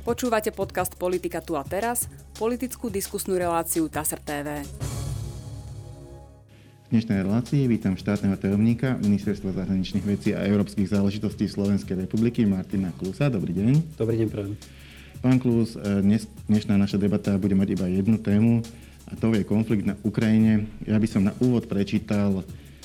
Počúvate podcast Politika tu a teraz, politickú diskusnú reláciu TASR TV. V dnešnej relácii vítam štátneho tajomníka Ministerstva zahraničných vecí a európskych záležitostí Slovenskej republiky Martina Klusa. Dobrý deň. Dobrý deň, prajem. Pán Klus, dnešná naša debata bude mať iba jednu tému, a to je konflikt na Ukrajine. Ja by som na úvod prečítal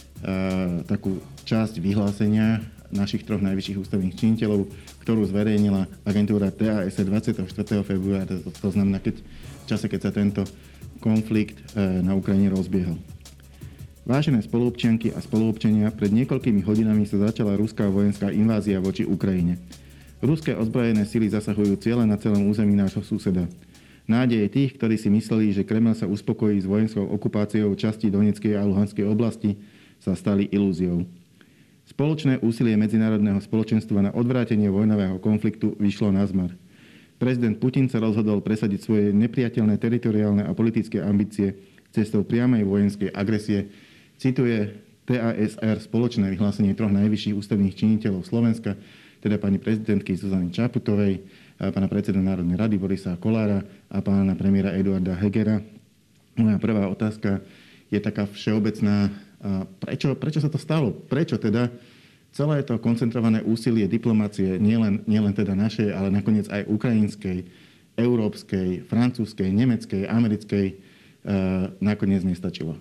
takú časť vyhlásenia našich troch najvyšších ústavných činiteľov, ktorú zverejnila agentúra TASR 24. februára, to znamená v čase, keď sa tento konflikt na Ukrajine rozbiehol. Vážené spoluobčianky a spoluobčania, pred niekoľkými hodinami sa začala ruská vojenská invázia voči Ukrajine. Ruské ozbrojené sily zasahujú ciele na celom území nášho suseda. Nádeje tých, ktorí si mysleli, že Kremľ sa uspokojí s vojenskou okupáciou časti Donetskej a Luhanskej oblasti, sa stali ilúziou. Spoločné úsilie medzinárodného spoločenstva na odvrátenie vojnového konfliktu vyšlo nazmar. Prezident Putin sa rozhodol presadiť svoje nepriateľné teritoriálne a politické ambície cestou priamej vojenskej agresie, cituje TASR spoločné vyhlásenie troch najvyšších ústavných činiteľov Slovenska, teda pani prezidentky Zuzany Čaputovej, pána predsedu Národnej rady Borisa Kollára a pána premiéra Eduarda Hegera. Moja prvá otázka je taká všeobecná. Prečo sa to stalo? Prečo teda celé to koncentrované úsilie diplomácie, nielen teda našej, ale nakoniec aj ukrajinskej, európskej, francúzskej, nemeckej, americkej, nakoniec nestačilo?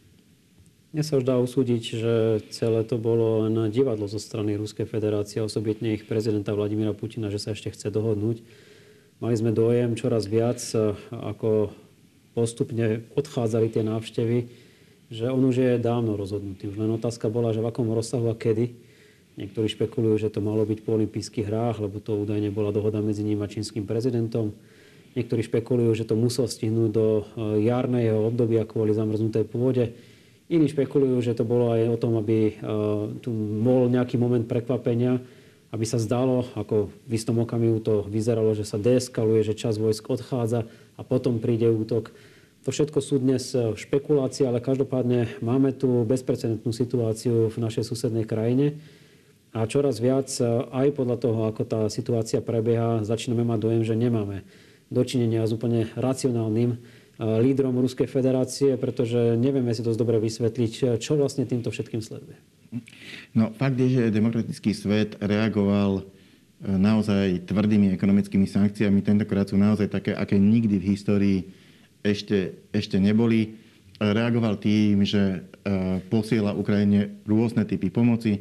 Mne sa už dá usúdiť, že celé to bolo len divadlo zo strany Ruskej federácie, osobitne ich prezidenta Vladimíra Putina, že sa ešte chce dohodnúť. Mali sme dojem čoraz viac, ako postupne odchádzali tie návštevy, že on už je dávno rozhodnutý. Už len otázka bola, že v akom rozsahu a kedy. Niektorí špekulujú, že to malo byť po olympijských hrách, lebo to údajne bola dohoda medzi ním a čínskym prezidentom. Niektorí špekulujú, že to musel stihnúť do jarného obdobia kvôli zamrznutej pôde. Iní špekulujú, že to bolo aj o tom, aby tu bol nejaký moment prekvapenia, aby sa zdalo, ako v istom okamihu to vyzeralo, že sa deeskaluje, že časť vojsk odchádza a potom príde útok. To všetko sú dnes špekulácie, ale každopádne máme tu bezprecedentnú situáciu v našej susednej krajine a čoraz viac aj podľa toho, ako tá situácia prebieha, začíname mať dojem, že nemáme dočinenia s úplne racionálnym lídrom Ruskej federácie, pretože nevieme si dosť dobre vysvetliť, čo vlastne týmto všetkým sleduje. No, fakt je, že demokratický svet reagoval naozaj tvrdými ekonomickými sankciami. Tentokrát sú naozaj také, aké nikdy v histórii ešte neboli. Reagoval tým, že posiela Ukrajine rôzne typy pomoci,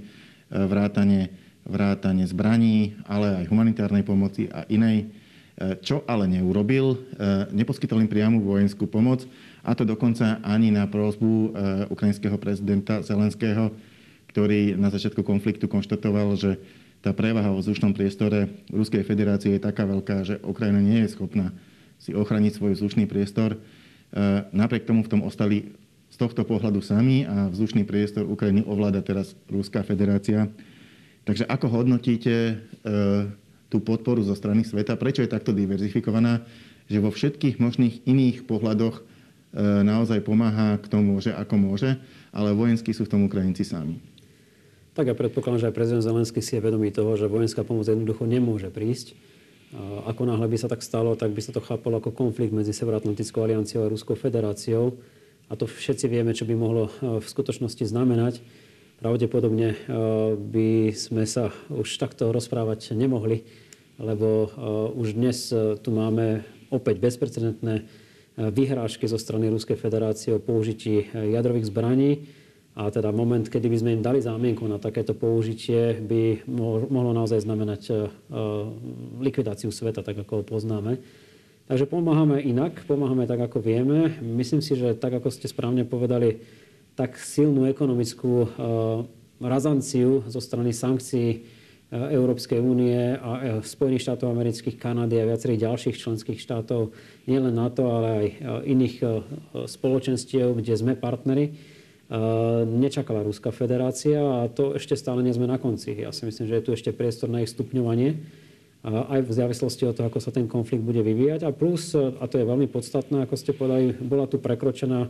vrátane zbraní, ale aj humanitárnej pomoci a inej. Čo ale neurobil, neposkytol im priamu vojenskú pomoc, a to dokonca ani na prosbu ukrajinského prezidenta Zelenského, ktorý na začiatku konfliktu konštatoval, že tá prevaha vo vzdušnom priestore Ruskej federácie je taká veľká, že Ukrajina nie je schopná si ochraniť svoj vzdušný priestor. Napriek tomu v tom ostali z tohto pohľadu sami a vzdušný priestor Ukrajiny ovláda teraz Ruská federácia. Takže ako hodnotíte tú podporu zo strany sveta? Prečo je takto diverzifikovaná, že vo všetkých možných iných pohľadoch naozaj pomáha k tomu, že ako môže, ale vojensky sú v tom Ukrajinci sami? Tak ja predpokladám, že aj prezident Zelenský si je vedomý toho, že vojenská pomoc jednoducho nemôže prísť. Ako náhle by sa tak stalo, tak by sa to chápalo ako konflikt medzi Severoatlantickou alianciou a Ruskou federáciou. A to všetci vieme, čo by mohlo v skutočnosti znamenať. Pravdepodobne by sme sa už takto rozprávať nemohli, lebo už dnes tu máme opäť bezprecedentné vyhrážky zo strany Ruskej federácie o použití jadrových zbraní. A teda moment, kedy by sme im dali zámienku na takéto použitie, by mohlo naozaj znamenať likvidáciu sveta, tak ako ho poznáme. Takže pomáhame inak, pomáhame tak, ako vieme. Myslím si, že tak, ako ste správne povedali, tak silnú ekonomickú razanciu zo strany sankcií Európskej únie a Spojených štátov amerických, Kanady a viacerých ďalších členských štátov, nielen NATO, ale aj iných spoločenstiev, kde sme partneri, nečakala Ruská federácia a to ešte stále nie sme na konci. Ja si myslím, že je tu ešte priestor na ich stupňovanie, aj v závislosti od toho, ako sa ten konflikt bude vyvíjať. A plus, a to je veľmi podstatné, ako ste povedali, bola tu prekročená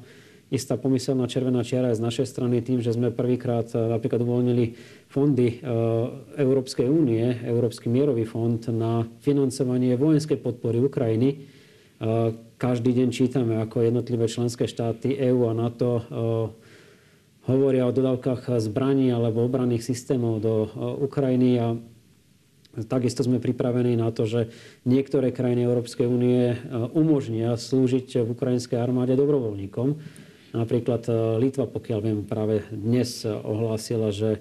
istá pomyselná červená čiara aj z našej strany tým, že sme prvýkrát napríklad uvoľnili fondy Európskej únie, Európsky mierový fond na financovanie vojenskej podpory Ukrajiny. Každý deň čítame, ako jednotlivé členské štáty EÚ a NATO hovoria o dodávkach zbraní alebo obranných systémov do Ukrajiny a takisto sme pripravení na to, že niektoré krajiny Európskej únie umožnia slúžiť v ukrajinskej armáde dobrovoľníkom. Napríklad Litva, pokiaľ viem, práve dnes ohlásila, že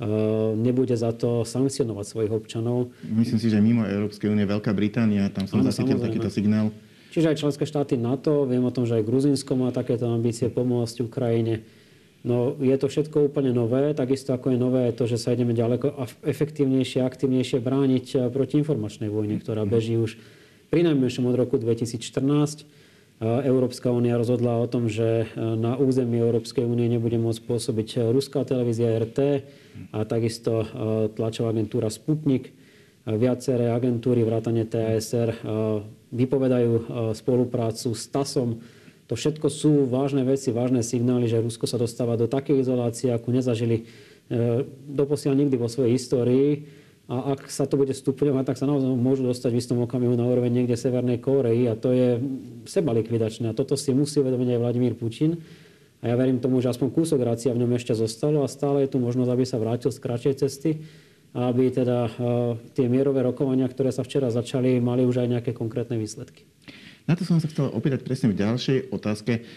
nebude za to sankcionovať svojich občanov. Myslím si, že mimo Európskej únie Veľká Británia, tam som zacítil takýto signál. Čiže aj členské štáty NATO, viem o tom, že aj Gruzínsko má takéto ambície pomôcť Ukrajine. No je to všetko úplne nové, takisto ako je nové to, že sa ideme ďaleko a efektívnejšie, aktívnejšie brániť proti informačnej vojne, ktorá beží už prinajmenšom od roku 2014. Európska únia rozhodla o tom, že na území Európskej únie nebude môcť pôsobiť ruská televízia RT a takisto tlačová agentúra Sputnik. Viaceré agentúry vrátane TASR vypovedajú spoluprácu s TASom. To všetko sú vážne veci, vážne signály, že Rusko sa dostáva do takej izolácie, akú nezažili doposiaľ nikdy vo svojej histórii. A ak sa to bude stupňovať, tak sa naozaj môžu dostať v istom okamihu na úroveň niekde Severnej Kórei a to je sebalikvidačné. A toto si musí uvedomiť aj Vladimír Putin. A ja verím tomu, že aspoň kúsok rácia v ňom ešte zostalo a stále je tu možnosť, aby sa vrátil z kratšej cesty a aby teda tie mierové rokovania, ktoré sa včera začali, mali už aj nejaké konkrétne výsledky. Na to som sa chcel opýtať presne v ďalšej otázke.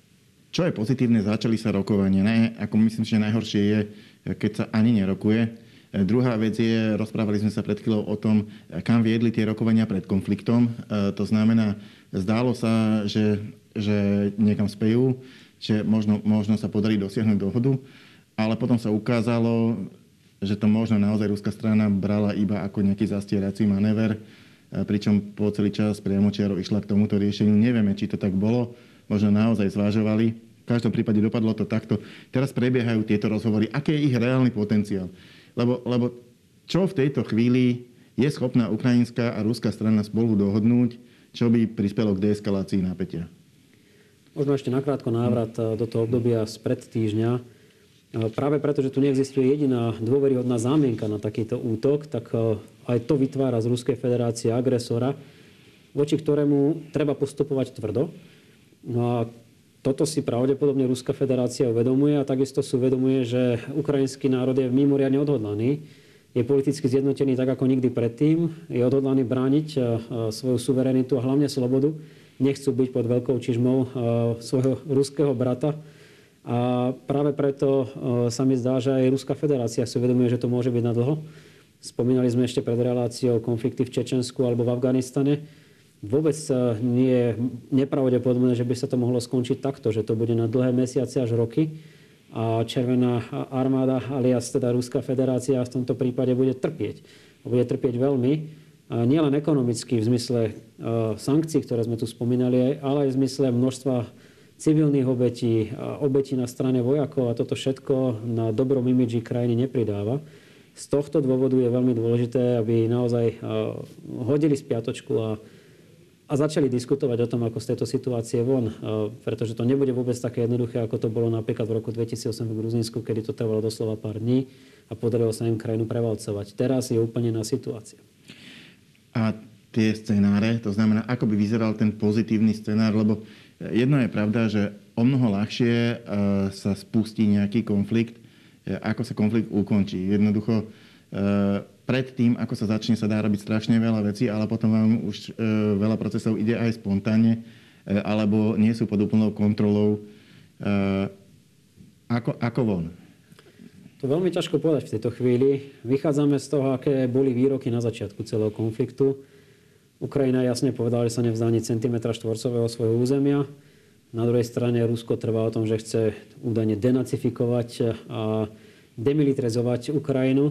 Čo je pozitívne? Začali sa rokovania. Ako myslím, že najhoršie je, keď sa ani nerokuje. Druhá vec je, rozprávali sme sa pred chvíľou o tom, kam viedli tie rokovania pred konfliktom. To znamená, zdálo sa, že niekam spejú, že možno sa podarí dosiahnuť dohodu, ale potom sa ukázalo, že to možno naozaj ruská strana brala iba ako nejaký zastierací manéver, pričom po celý čas priamočiaro išla k tomuto riešeniu. Nevieme, či to tak bolo, možno naozaj zvažovali. V každom prípade dopadlo to takto. Teraz prebiehajú tieto rozhovory. Aký je ich reálny potenciál? Lebo čo v tejto chvíli je schopná ukrajinská a ruská strana spolu dohodnúť, čo by prispelo k deeskalácii napätia? Možno ešte nakrátko návrat do toho obdobia spred týždňa. Práve preto, že tu neexistuje jediná dôveryhodná zámienka na takýto útok, tak aj to vytvára z Ruskej federácie agresora, voči ktorému treba postupovať tvrdo. No a toto si pravdepodobne Ruská federácia uvedomuje a takisto si uvedomuje, že ukrajinský národ je mimoriadne odhodlaný. Je politicky zjednotený tak ako nikdy predtým. Je odhodlaný brániť svoju suverenitu a hlavne slobodu. Nechcú byť pod veľkou čižmou svojho ruského brata. A práve preto sa mi zdá, že aj Ruská federácia si uvedomuje, že to môže byť na dlho. Spomínali sme ešte pred reláciou konflikty v Čečensku alebo v Afganistane. Vôbec nie je nepravdepodobné, že by sa to mohlo skončiť takto, že to bude na dlhé mesiace až roky a Červená armáda alias teda Ruská federácia v tomto prípade bude trpieť. Bude trpieť veľmi, nielen ekonomicky v zmysle sankcií, ktoré sme tu spomínali, ale aj v zmysle množstva civilných obetí, obetí na strane vojakov a toto všetko na dobrom imidži krajiny nepridáva. Z tohto dôvodu je veľmi dôležité, aby naozaj hodili spiatočku a začali diskutovať o tom, ako z tejto situácie von. Pretože to nebude vôbec také jednoduché, ako to bolo napríklad v roku 2008 v Gruzínsku, kedy to trvalo doslova pár dní a podarilo sa im krajinu prevalcovať. Teraz je úplne iná situácia. A tie scenáre, to znamená, ako by vyzeral ten pozitívny scenár, lebo jedno je pravda, že o mnoho ľahšie sa spustí nejaký konflikt, ako sa konflikt ukončí. Jednoducho predtým, ako sa začne, sa dá robiť strašne veľa vecí, ale potom vám už veľa procesov ide aj spontánne, alebo nie sú pod úplnou kontrolou. Ako von? To veľmi ťažko povedať v tejto chvíli. Vychádzame z toho, aké boli výroky na začiatku celého konfliktu. Ukrajina jasne povedala, že sa nevzdá ani centimetra štvorcového svojho územia. Na druhej strane Rusko trvá o tom, že chce údajne denacifikovať a demilitarizovať Ukrajinu.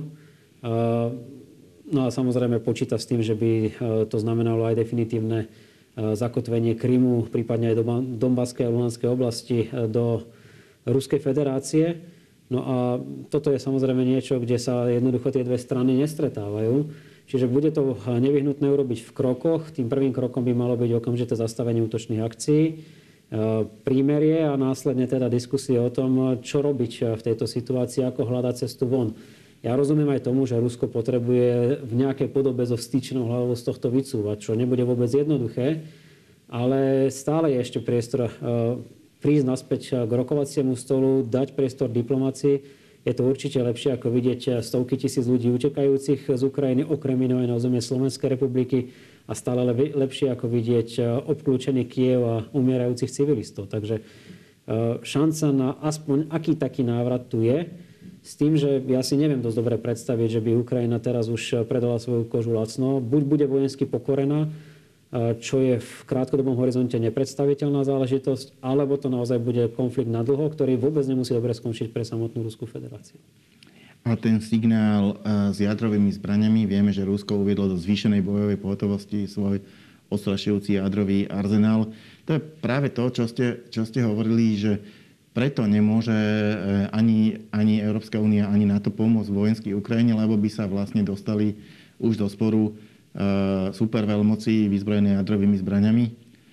No a samozrejme počíta s tým, že by to znamenalo aj definitívne zakotvenie Krymu, prípadne aj do Donbaskej a Luhanskej oblasti do Ruskej federácie. No a toto je samozrejme niečo, kde sa jednoducho tie dve strany nestretávajú. Čiže bude to nevyhnutné urobiť v krokoch. Tým prvým krokom by malo byť okamžité zastavenie útočných akcií. prímerie a následne teda diskusie o tom, čo robiť v tejto situácii, ako hľadať cestu von. Ja rozumiem aj tomu, že Rusko potrebuje v nejakej podobe so vstýčenou hlavou z tohto vycúvať, čo nebude vôbec jednoduché, ale stále je ešte priestor prísť naspäť k rokovaciemu stolu, dať priestor diplomácii. Je to určite lepšie, ako vidieť stovky tisíc ľudí utekajúcich z Ukrajiny, okrem iného aj na územie Slovenskej republiky, a stále lepšie, ako vidieť obklúčený Kyjev a umierajúcich civilistov. Takže šanca na aspoň aký taký návrat tu je, s tým, že ja si neviem dosť dobre predstaviť, že by Ukrajina teraz už predala svoju kožu lacno. Buď bude vojensky pokorená, čo je v krátkodobom horizonte nepredstaviteľná záležitosť, alebo to naozaj bude konflikt na dlho, ktorý vôbec nemusí dobre skončiť pre samotnú Ruskú federáciu. A ten signál s jadrovými zbraniami, vieme, že Rusko uviedlo do zvýšenej bojovej pohotovosti svoj odstrašujúci jadrový arzenál. To je práve to, čo ste hovorili, že preto nemôže ani Európska únia, ani NATO pomôcť vojensky Ukrajine, lebo by sa vlastne dostali už do sporu superveľmocí vyzbrojené jadrovými zbraňami.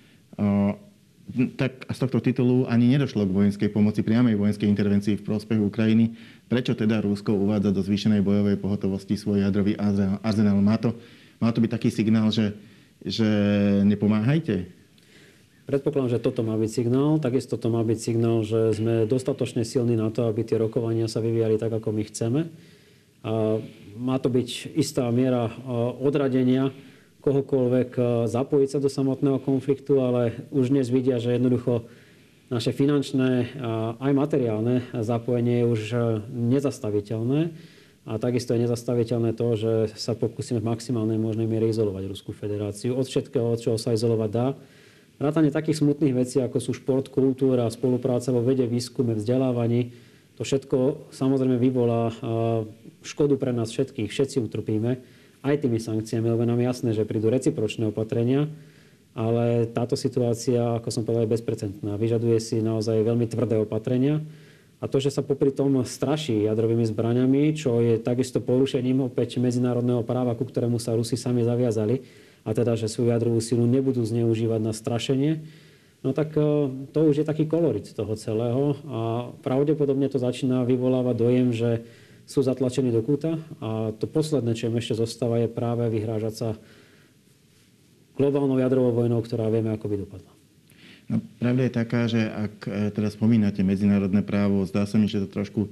Tak z tohto titulu ani nedošlo k vojenskej pomoci, priamej vojenskej intervencii v prospech Ukrajiny. Prečo teda Rusko uvádza do zvýšenej bojovej pohotovosti svoj jadrový arzenál? Má to byť taký signál, že nepomáhajte? Predpokladám, že toto má byť signál. Takisto to má byť signál, že sme dostatočne silní na to, aby tie rokovania sa vyvíjali tak, ako my chceme. A má to byť istá miera odradenia kohokoľvek zapojiť sa do samotného konfliktu, ale už dnes vidia, že jednoducho naše finančné a aj materiálne zapojenie je už nezastaviteľné. A takisto je nezastaviteľné to, že sa pokúsime v maximálnej možnej miere izolovať Ruskú federáciu od všetkého, od čoho sa izolovať dá. Vrátane takých smutných vecí, ako sú šport, kultúra, spolupráca vo vede, výskume, vzdelávaní. To všetko samozrejme vyvolá škodu pre nás všetkých. Všetci utrpíme aj tými sankciami, lebo nám jasné, že prídu recipročné opatrenia, ale táto situácia, ako som povedal, je bezprecedentná. Vyžaduje si naozaj veľmi tvrdé opatrenia. A to, že sa popri tom straší jadrovými zbraňami, čo je takisto porušením opäť medzinárodného práva, ku ktorému sa Rusi sami zaviazali, a teda, že svoju jadrovú silu nebudú zneužívať na strašenie, no tak to už je taký kolorit toho celého a pravdepodobne to začína vyvolávať dojem, že sú zatlačení do kúta a to posledné, čo im ešte zostáva, je práve vyhrážať sa globálnou jadrovou vojnou, ktorá vieme, ako by dopadla. No, pravda je taká, že ak teraz spomínate medzinárodné právo, zdá sa mi, že to trošku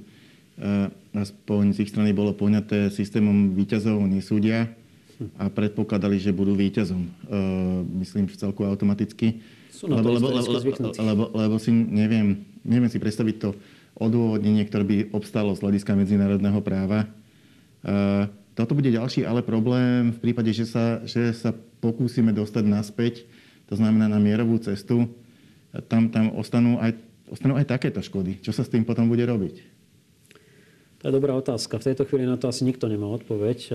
aspoň z ich strany bolo poňaté systémom víťazov nesúdia a predpokladali, že budú víťazom. Myslím, že celku automaticky. Sú na to historicky zvyknutí. Lebo si neviem si predstaviť to odôvodnenie, ktoré by obstalo z hľadiska medzinárodného práva. Toto bude ďalší ale problém v prípade, že sa pokúsime dostať naspäť, to znamená na mierovú cestu. Tam ostanú aj takéto škody. Čo sa s tým potom bude robiť? To je dobrá otázka. V tejto chvíli na to asi nikto nemá odpoveď.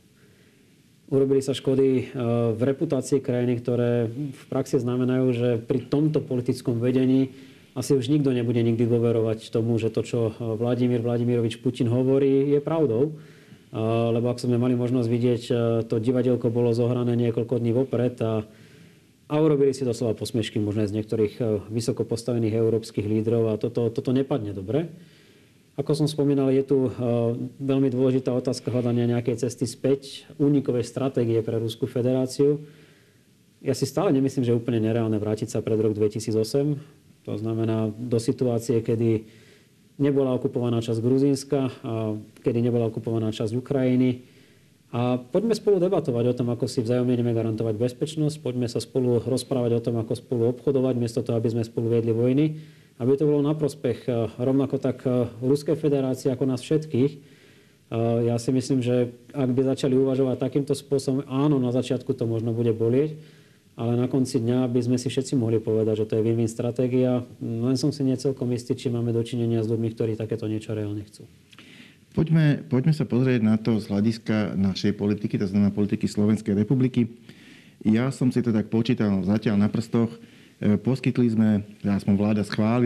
Urobili sa škody v reputácii krajiny, ktoré v praxi znamenajú, že pri tomto politickom vedení asi už nikto nebude nikdy dôverovať tomu, že to, čo Vladimír Vladimirovič Putin hovorí, je pravdou. Lebo ak sme mali možnosť vidieť, to divadielko bolo zohrané niekoľko dní vopred a urobili si doslova posmešky možno z niektorých vysoko postavených európskych lídrov a toto nepadne dobre. Ako som spomínal, je tu veľmi dôležitá otázka hľadania nejakej cesty späť, únikovej stratégie pre Ruskú federáciu. Ja si stále nemyslím, že je úplne nereálne vrátiť sa pred rok 2008. To znamená do situácie, kedy nebola okupovaná časť Gruzínska, kedy nebola okupovaná časť Ukrajiny. A poďme spolu debatovať o tom, ako si vzájomne ideme garantovať bezpečnosť. Poďme sa spolu rozprávať o tom, ako spolu obchodovať, miesto toho, aby sme spolu viedli vojny. Aby to bolo na prospech rovnako tak Ruskej federácie, ako nás všetkých. Ja si myslím, že ak by začali uvažovať takýmto spôsobom, áno, na začiatku to možno bude bolieť, ale na konci dňa by sme si všetci mohli povedať, že to je win-win stratégia. Len som si necelkom istý, či máme dočinenia s ľuďmi, ktorí takéto niečo reálne chcú. Poďme sa pozrieť na to z hľadiska našej politiky, to znamená politiky Slovenskej republiky. Ja som si to tak počítal zatiaľ na prstoch. Poskytli sme, aspoň vláda schválila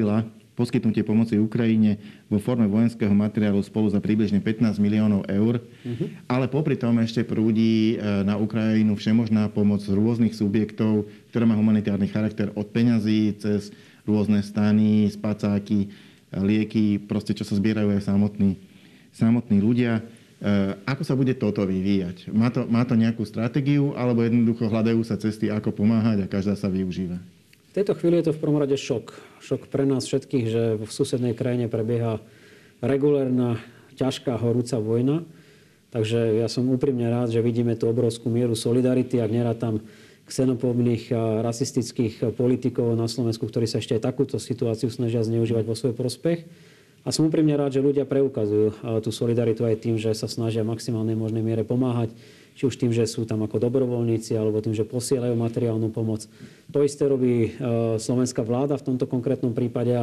poskytnutie pomoci Ukrajine vo forme vojenského materiálu spolu za približne 15 miliónov eur. Ale popri tom ešte prúdi na Ukrajinu všemožná pomoc z rôznych subjektov, ktorá má humanitárny charakter od peňazí cez rôzne stany, spacáky, lieky, proste čo sa zbierajú aj samotní ľudia. Ako sa bude toto vyvíjať? Má to nejakú stratégiu, alebo jednoducho hľadajú sa cesty, ako pomáhať a každá sa využíva? V tejto chvíli je to v prvom rade šok. Šok pre nás všetkých, že v susednej krajine prebieha regulérna, ťažká, horúca vojna. Takže ja som úprimne rád, že vidíme tú obrovskú mieru solidarity, ak nerátam xenofóbnych a rasistických politikov na Slovensku, ktorí sa ešte aj takúto situáciu snažia zneužívať vo svoj prospech. A som úprimne rád, že ľudia preukazujú tú solidaritu aj tým, že sa snažia v maximálnej možnej miere pomáhať, či už tým, že sú tam ako dobrovoľníci, alebo tým, že posielajú materiálnu pomoc. To isté robí slovenská vláda v tomto konkrétnom prípade.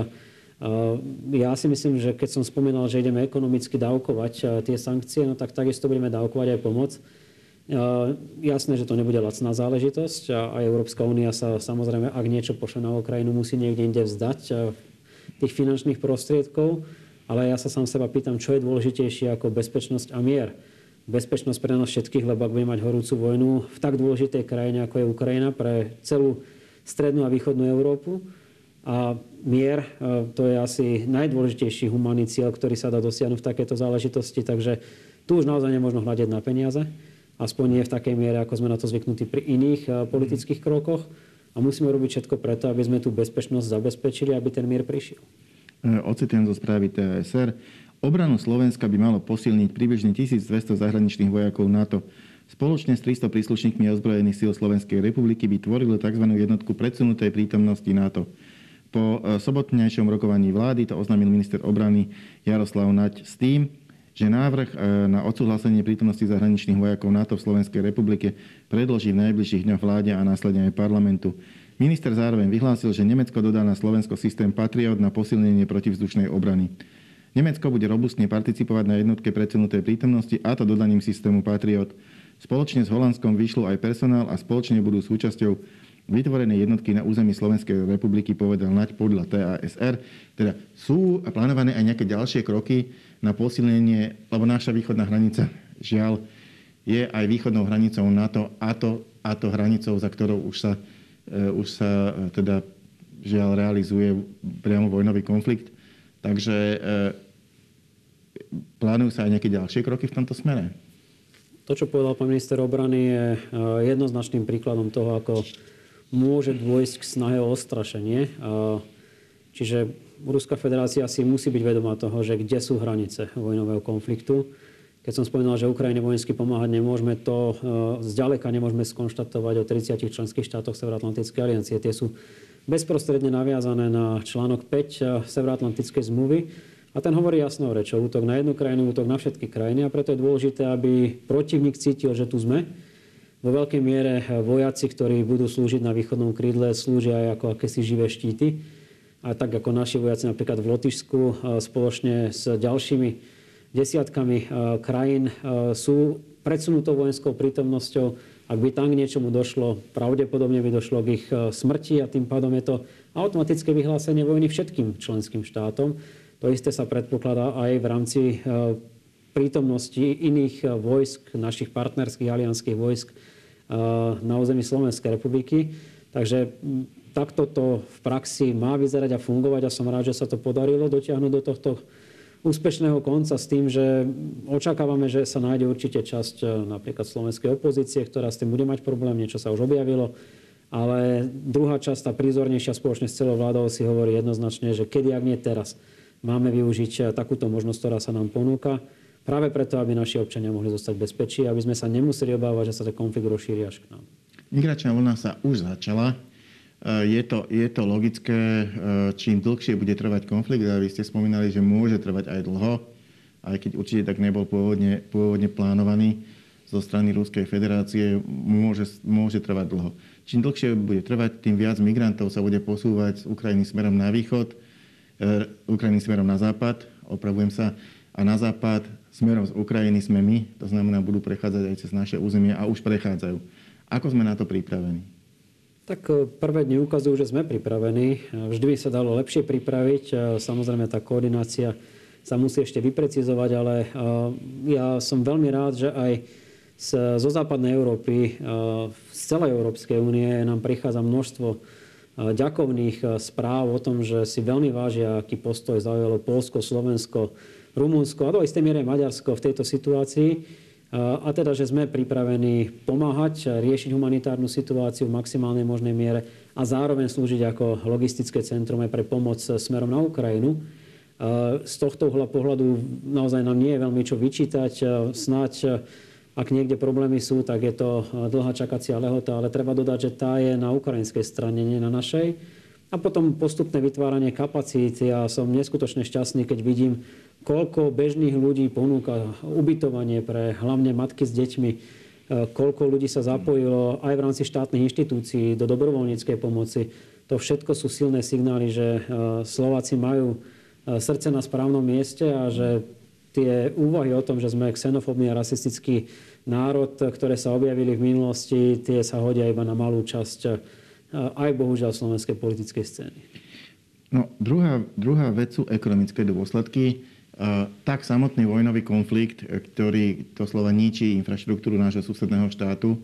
Ja si myslím, že keď som spomínal, že ideme ekonomicky dávkovať tie sankcie, no tak takisto budeme dávkovať aj pomoc. Jasné, že to nebude lacná záležitosť a Európska únia sa samozrejme, ak niečo pošle na Ukrajinu, musí niekde inde vzdať tých finančných prostriedkov. Ale ja sa sám seba pýtam, čo je dôležitejšie ako bezpečnosť a mier. Bezpečnosť pre nás všetkých, lebo ak budeme mať horúcu vojnu v tak dôležitej krajine, ako je Ukrajina, pre celú strednú a východnú Európu. A mier, to je asi najdôležitejší humanný cieľ, ktorý sa dá dosiahnuť v takéto záležitosti. Takže tu už naozaj nemôžno hľadiť na peniaze. Aspoň nie v takej miere, ako sme na to zvyknutí pri iných politických krokoch. A musíme robiť všetko preto, aby sme tú bezpečnosť zabezpečili, aby ten mier prišiel. Ocitujem zo správy TASR. Obranu Slovenska by malo posilniť približne 1200 zahraničných vojakov NATO. Spoločne s 300 príslušníkmi ozbrojených síl Slovenskej republiky by tvorilo tzv. Jednotku predsunutej prítomnosti NATO. Po sobotnejšom rokovaní vlády to oznámil minister obrany Jaroslav Naď s tým, že návrh na odsúhlasenie prítomnosti zahraničných vojakov NATO v Slovenskej republike predloží v najbližších dňoch vláde a následne aj parlamentu. Minister zároveň vyhlásil, že Nemecko dodá na Slovensko systém Patriot na posilnenie protivzdušnej obrany. Nemecko bude robustne participovať na jednotke predsunutej prítomnosti, a to dodaním systému Patriot. Spoločne s Holandskom vyšlo aj personál a spoločne budú súčasťou vytvorenej jednotky na území Slovenskej republiky, povedal Naď podľa TASR. Teda sú plánované aj nejaké ďalšie kroky na posilnenie, lebo naša východná hranica, žiaľ, je aj východnou hranicou NATO a to hranicou, za ktorou už sa teda žiaľ realizuje priamo vojnový konflikt. Takže plánujú sa aj nejaké ďalšie kroky v tomto smere? To, čo povedal pán minister obrany, je jednoznačným príkladom toho, ako môže dôjsť k snahe o odstrašenie. Čiže Ruská federácia si musí byť vedomá toho, že kde sú hranice vojnového konfliktu. Keď som spomínal, že Ukrajine vojensky pomáhať nemôžeme, to zďaleka nemôžeme skonštatovať o 30 členských štátoch Severoatlantickej aliancie. Tie sú bezprostredne naviazané na článok 5 Severoatlantickej zmluvy. A ten hovorí jasnou rečou, útok na jednu krajinu, útok na všetky krajiny. A preto je dôležité, aby protivník cítil, že tu sme. Vo veľkej miere vojaci, ktorí budú slúžiť na východnom krídle, slúžia aj ako akési živé štíty. A tak ako naši vojaci napríklad v Lotyšsku spoločne s ďalšími desiatkami krajín sú predsunutou vojenskou prítomnosťou. Ak by tam k niečomu došlo, pravdepodobne by došlo k ich smrti a tým pádom je to automatické vyhlásenie vojny všetkým členským štátom. To isté sa predpokladá aj v rámci prítomnosti iných vojsk, našich partnerských alianských vojsk na území Slovenskej republiky. Takže takto to v praxi má vyzerať a fungovať a som rád, že sa to podarilo dotiahnuť do tohto úspešného konca s tým, že očakávame, že sa nájde určite časť napríklad slovenskej opozície, ktorá s tým bude mať problém, niečo sa už objavilo. Ale druhá časť, tá prízornejšia spoločne s celou vládou si hovorí jednoznačne, že kedy, ak nie teraz, máme využiť takúto možnosť, ktorá sa nám ponúka. Práve preto, aby naši občania mohli zostať v bezpečí, aby sme sa nemuseli obávať, že sa ten konflikt rozšíri až k nám. Migračná vlna sa už začala. Je to logické, čím dlhšie bude trvať konflikt, a vy ste spomínali, že môže trvať aj dlho, aj keď určite tak nebol pôvodne plánovaný zo strany Ruskej federácie, môže trvať dlho. Čím dlhšie bude trvať, tým viac migrantov sa bude posúvať z Ukrajiny smerom na východ, Ukrajiny smerom na západ, opravujem sa, a na západ smerom z Ukrajiny sme my, to znamená, budú prechádzať aj cez naše územie a už prechádzajú. Ako sme na to pripravení? Tak prvé dni ukazujú, že sme pripravení. Vždy by sa dalo lepšie pripraviť. Samozrejme, tá koordinácia sa musí ešte vyprecizovať, ale ja som veľmi rád, že aj zo západnej Európy, z celej Európskej únie nám prichádza množstvo ďakovných správ o tom, že si veľmi vážia, aký postoj zaujalo Poľsko, Slovensko, Rumunsko a do istej miery Maďarsko v tejto situácii. A teda, že sme pripravení pomáhať, riešiť humanitárnu situáciu v maximálnej možnej miere a zároveň slúžiť ako logistické centrum aj pre pomoc smerom na Ukrajinu. Z tohto uhla pohľadu naozaj nám nie je veľmi čo vyčítať. Snáď, ak niekde problémy sú, tak je to dlhá čakacia lehota, ale treba dodať, že tá je na ukrajinskej strane, nie na našej. A potom postupné vytváranie kapacít. Ja som neskutočne šťastný, keď vidím, koľko bežných ľudí ponúka ubytovanie pre hlavne matky s deťmi, koľko ľudí sa zapojilo aj v rámci štátnych inštitúcií do dobrovoľníckej pomoci. To všetko sú silné signály, že Slováci majú srdce na správnom mieste a že tie úvahy o tom, že sme xenofóbny a rasistický národ, ktoré sa objavili v minulosti, tie sa hodia iba na malú časť aj bohužiaľ slovenskej politickej scény. No, druhá vec sú ekonomické dôsledky. Tak samotný vojnový konflikt, ktorý doslova ničí infraštruktúru nášho susedného štátu,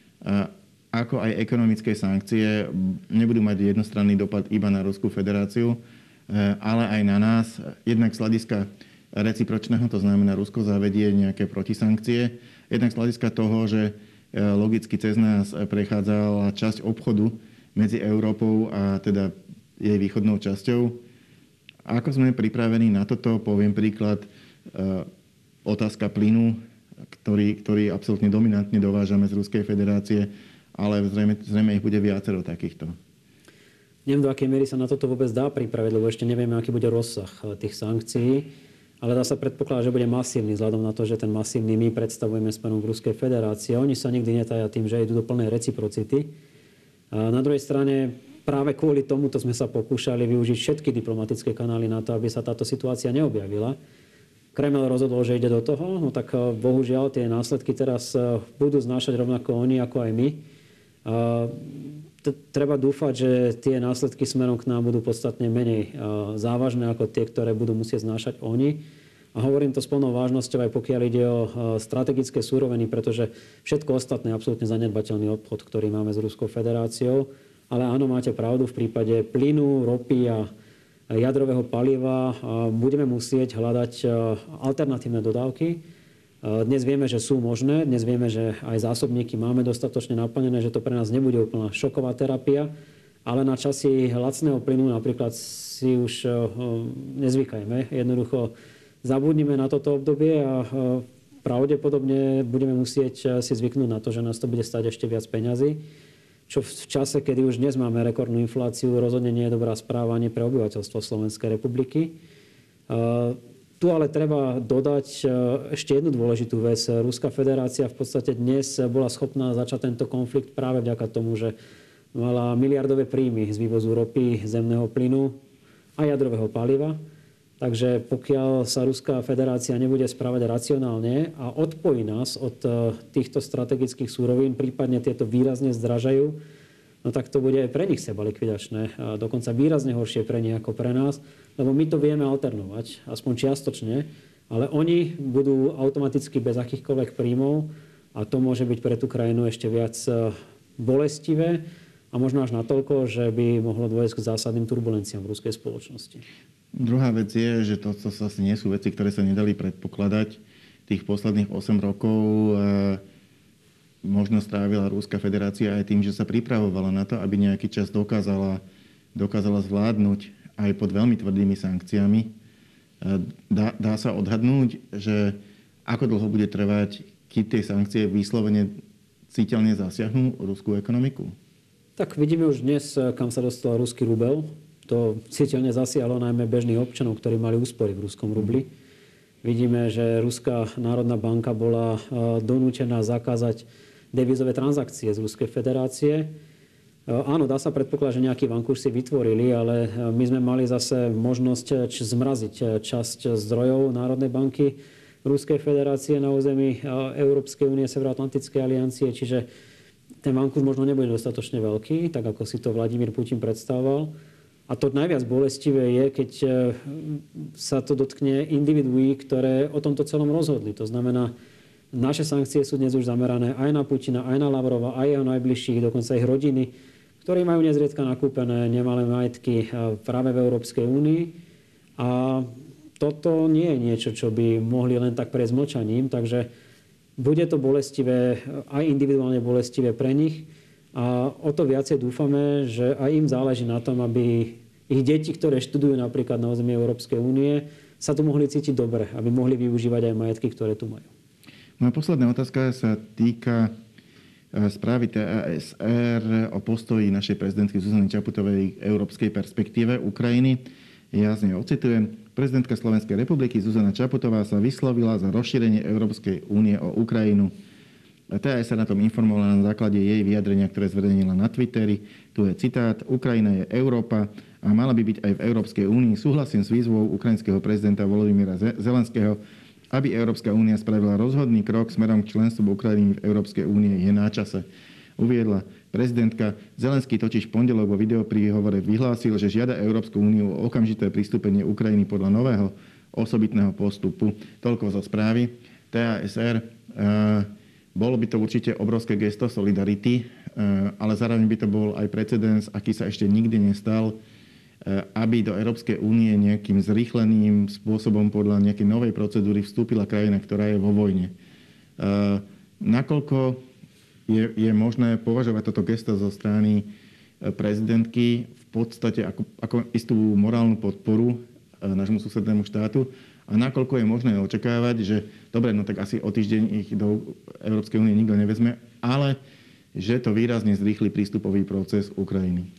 ako aj ekonomické sankcie nebudú mať jednostranný dopad iba na Ruskú federáciu, ale aj na nás. Jednak z hľadiska recipročného, to znamená, Rusko zavedie nejaké protisankcie. Jednak z hľadiska toho, že logicky cez nás prechádzala časť obchodu medzi Európou a teda jej východnou časťou. Ako sme pripravení na toto? Poviem príklad, otázka plynu, ktorý absolútne dominantne dovážame z Ruskej federácie, ale zrejme ich bude viacero takýchto. Neviem, do akej miery sa na toto vôbec dá pripraviť, lebo ešte nevieme, aký bude rozsah tých sankcií, ale dá sa predpokladať, že bude masívny, vzhľadom na to, že ten masívny my predstavujeme smerom k Ruskej federácii. Oni sa nikdy netajia tým, že idú do plnej reciprocity. A na druhej strane práve kvôli tomuto sme sa pokúšali využiť všetky diplomatické kanály na to, aby sa táto situácia neobjavila. Kreml rozhodol, že ide do toho, no tak bohužiaľ tie následky teraz budú znášať rovnako oni, ako aj my. Treba dúfať, že tie následky smerom k nám budú podstatne menej závažné ako tie, ktoré budú musieť znášať oni. A hovorím to s plnou vážnosťou aj pokiaľ ide o strategické suroviny, pretože všetko ostatné je absolútne zanedbateľný obchod, ktorý máme s Ruskou federáciou. Ale áno, máte pravdu, v prípade plynu, ropy a jadrového paliva budeme musieť hľadať alternatívne dodávky. Dnes vieme, že sú možné, dnes vieme, že aj zásobníky máme dostatočne naplnené, že to pre nás nebude úplná šoková terapia, ale na časy lacného plynu napríklad si už nezvykajme. Jednoducho zabudnime na toto obdobie a pravdepodobne budeme musieť si zvyknúť na to, že nás to bude stáť ešte viac peňazí. Čo v čase, kedy už dnes máme rekordnú infláciu, rozhodne nie je dobrá správa ani pre obyvateľstvo Slovenskej republiky. Tu ale treba dodať ešte jednu dôležitú vec. Ruská federácia v podstate dnes bola schopná začať tento konflikt práve vďaka tomu, že mala miliardové príjmy z vývozu ropy, zemného plynu a jadrového paliva. Takže pokiaľ sa Ruská federácia nebude správať racionálne a odpojí nás od týchto strategických súrovín, prípadne tieto výrazne zdražajú, no tak to bude aj pre nich seba likvidačné. A dokonca výrazne horšie pre nich ako pre nás, lebo my to vieme alternovať, aspoň čiastočne, ale oni budú automaticky bez akýchkoľvek príjmov a to môže byť pre tú krajinu ešte viac bolestivé a možno až natoľko, že by mohlo dôjsť k zásadným turbulenciám v ruskej spoločnosti. Druhá vec je, že to zase nie sú veci, ktoré sa nedali predpokladať. Tých posledných 8 rokov možno strávila Ruská federácia aj tým, že sa pripravovala na to, aby nejaký čas dokázala zvládnuť aj pod veľmi tvrdými sankciami. Dá sa odhadnúť, že ako dlho bude trvať, keď tie sankcie vyslovene citeľne zasiahnu ruskú ekonomiku? Tak vidíme už dnes, kam sa dostal ruský rubel. To citeľne zasiahlo najmä bežných občanov, ktorí mali úspory v ruskom rubli. Vidíme, že Ruská národná banka bola donútená zakázať devizové transakcie z Ruskej federácie. Áno, dá sa predpokladať, že nejaký vankúš si vytvorili, ale my sme mali zase možnosť zmraziť časť zdrojov Národnej banky Ruskej federácie na území Európskej únie, Severoatlantickej aliancie, čiže ten vankúš možno nebude dostatočne veľký, tak ako si to Vladimír Putin predstavoval. A to najviac bolestivé je, keď sa to dotkne individuí, ktoré o tomto celom rozhodli. To znamená, naše sankcie sú dnes už zamerané aj na Putina, aj na Lavrova, aj jeho najbližších, dokonca ich rodiny, ktorí majú nezriedka nakúpené nemalé majetky práve v Európskej únii. A toto nie je niečo, čo by mohli len tak prejsť mlčaním, takže bude to bolestivé, aj individuálne bolestivé pre nich. A o to viacej dúfame, že aj im záleží na tom, aby ich deti, ktoré študujú napríklad na území Európskej únie, sa tu mohli cítiť dobre, aby mohli využívať aj majetky, ktoré tu majú. Moja posledná otázka sa týka správy TASR o postoji našej prezidentky Zuzany Čaputovej k európskej perspektíve Ukrajiny. Ja z nej ocitujem. Prezidentka Slovenskej republiky Zuzana Čaputová sa vyslovila za rozšírenie Európskej únie o Ukrajinu. TASR na tom informovala na základe jej vyjadrenia, ktoré zverejnila na Twitteri. Tu je citát. Ukrajina je Európa a mala by byť aj v Európskej únii. Súhlasím s výzvou ukrajinského prezidenta Volodymyra Zelenského, aby Európska únia spravila rozhodný krok smerom k členstvu Ukrajiny v Európskej únie, je na čase. Uviedla prezidentka. Zelenský totiž v pondelok vo videopríhovore vyhlásil, že žiada Európsku úniu o okamžité pristúpenie Ukrajiny podľa nového osobitného postupu. Toľko zo správy TASR. Bolo by to určite obrovské gesto solidarity, ale zároveň by to bol aj precedens, aký sa ešte nikdy nestal, aby do Európskej únie nejakým zrýchleným spôsobom podľa nejakej novej procedúry vstúpila krajina, ktorá je vo vojne. Nakoľko je možné považovať toto gesto zo strany prezidentky v podstate ako istú morálnu podporu nášmu susednému štátu, a nakoľko je možné očakávať, že dobre, no tak asi o týždeň ich do Európskej únie nikto nevezme, ale že to výrazne zrýchli prístupový proces Ukrajiny.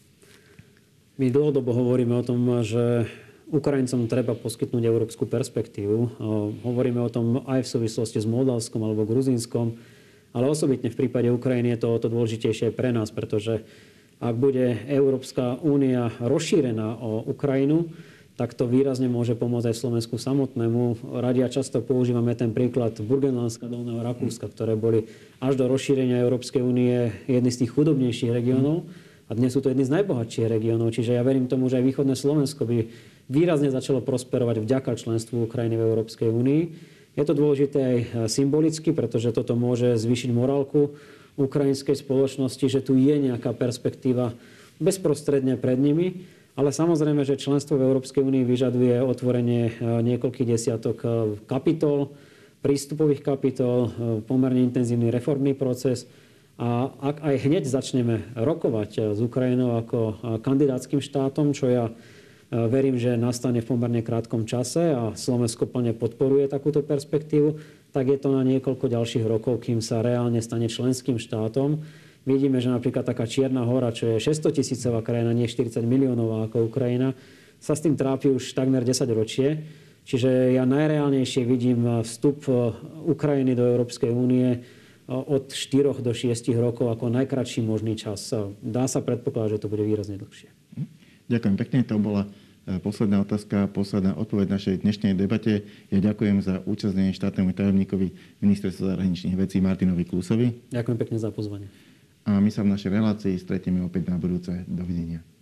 My dlhodobo hovoríme o tom, že Ukrajincom treba poskytnúť európsku perspektívu. Hovoríme o tom aj v súvislosti s Moldavskom alebo Gruzínskom, ale osobitne v prípade Ukrajiny je to o to dôležitejšie pre nás, pretože ak bude Európska únia rozšírená o Ukrajinu, tak to výrazne môže pomôcť aj Slovensku samotnému. Radi a často používame ten príklad Burgenlandska, Dolného Rakúska, ktoré boli až do rozšírenia Európskej únie jedny z tých chudobnejších regiónov a dnes sú to jedny z najbohatších regiónov. Čiže ja verím tomu, že aj východné Slovensko by výrazne začalo prosperovať vďaka členstvu Ukrajiny v Európskej únii. Je to dôležité aj symbolicky, pretože toto môže zvýšiť morálku ukrajinskej spoločnosti, že tu je nejaká perspektíva bezprostredne pred nimi. Ale samozrejme, že členstvo v Európskej únii vyžaduje otvorenie niekoľkých desiatok kapitol, prístupových kapitol, pomerne intenzívny reformný proces. A ak aj hneď začneme rokovať s Ukrajinou ako kandidátskym štátom, čo ja verím, že nastane v pomerne krátkom čase a Slovensko plne podporuje takúto perspektívu, tak je to na niekoľko ďalších rokov, kým sa reálne stane členským štátom. Vidíme, že napríklad taká Čierna hora, čo je 600 000-ová krajina, nie 40 miliónová ako Ukrajina, sa s tým trápi už takmer 10 ročie. Čiže ja najreálnejšie vidím vstup Ukrajiny do Európskej únie od 4 do 6 rokov ako najkratší možný čas. Dá sa predpokladať, že to bude výrazne dlhšie. Ďakujem pekne. To bola posledná otázka, posledná odpoveď našej dnešnej debate. Ja ďakujem za účasť štátnemu tajomníkovi Ministerstva zahraničných vecí Martinovi Klusovi. Ďakujem pekne za pozvanie. A my sa v našej relácii stretneme opäť na budúce. Dovidenia.